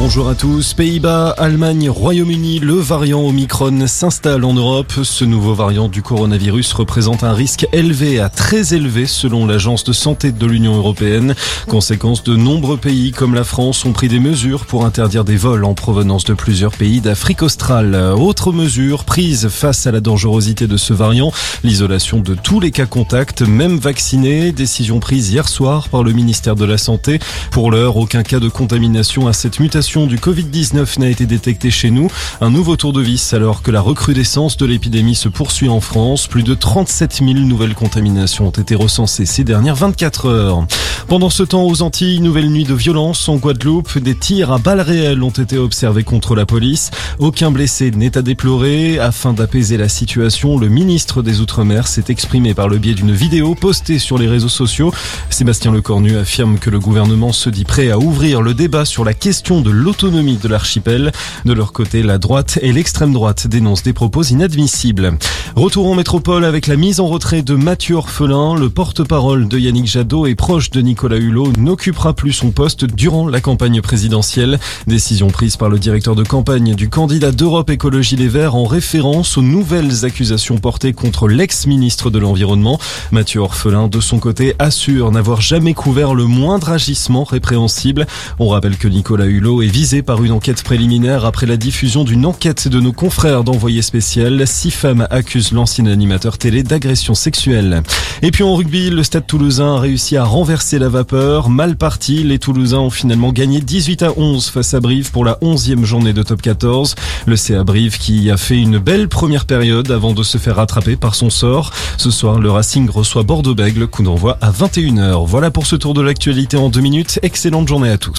Bonjour à tous. Pays-Bas, Allemagne, Royaume-Uni, le variant Omicron s'installe en Europe. Ce nouveau variant du coronavirus représente un risque élevé à très élevé selon l'Agence de santé de l'Union européenne. Conséquence, de nombreux pays comme la France ont pris des mesures pour interdire des vols en provenance de plusieurs pays d'Afrique australe. Autre mesure prise face à la dangerosité de ce variant, l'isolation de tous les cas contacts, même vaccinés. Décision prise hier soir par le ministère de la Santé. Pour l'heure, aucun cas de contamination à cette mutation du Covid-19 n'a été détecté chez nous. Un nouveau tour de vis alors que la recrudescence de l'épidémie se poursuit en France. Plus de 37 000 nouvelles contaminations ont été recensées ces dernières 24 heures. Pendant ce temps, aux Antilles, nouvelle nuit de violence en Guadeloupe. Des tirs à balles réelles ont été observés contre la police. Aucun blessé n'est à déplorer. Afin d'apaiser la situation, le ministre des Outre-mer s'est exprimé par le biais d'une vidéo postée sur les réseaux sociaux. Sébastien Lecornu affirme que le gouvernement se dit prêt à ouvrir le débat sur la question de l'autonomie de l'archipel. De leur côté, la droite et l'extrême droite dénoncent des propos inadmissibles. Retour en métropole avec la mise en retrait de Mathieu Orphelin. Le porte-parole de Yannick Jadot et proche de Nicolas Hulot n'occupera plus son poste durant la campagne présidentielle. Décision prise par le directeur de campagne du candidat d'Europe Écologie Les Verts en référence aux nouvelles accusations portées contre l'ex-ministre de l'Environnement. Mathieu Orphelin, de son côté, assure n'avoir jamais couvert le moindre agissement répréhensible. On rappelle que Nicolas Hulot est visé par une enquête préliminaire après la diffusion d'une enquête de nos confrères d'Envoyé spécial. 6 femmes accusent l'ancien animateur télé d'agression sexuelle. Et puis en rugby, le Stade Toulousain a réussi à renverser la vapeur. Mal parti, les Toulousains ont finalement gagné 18-11 face à Brive pour la 11e journée de top 14. Le CA Brive qui a fait une belle première période avant de se faire rattraper par son sort. Ce soir, le Racing reçoit Bordeaux-Bègles, coup d'envoi à 21h. Voilà pour ce tour de l'actualité en 2 minutes. Excellente journée à tous.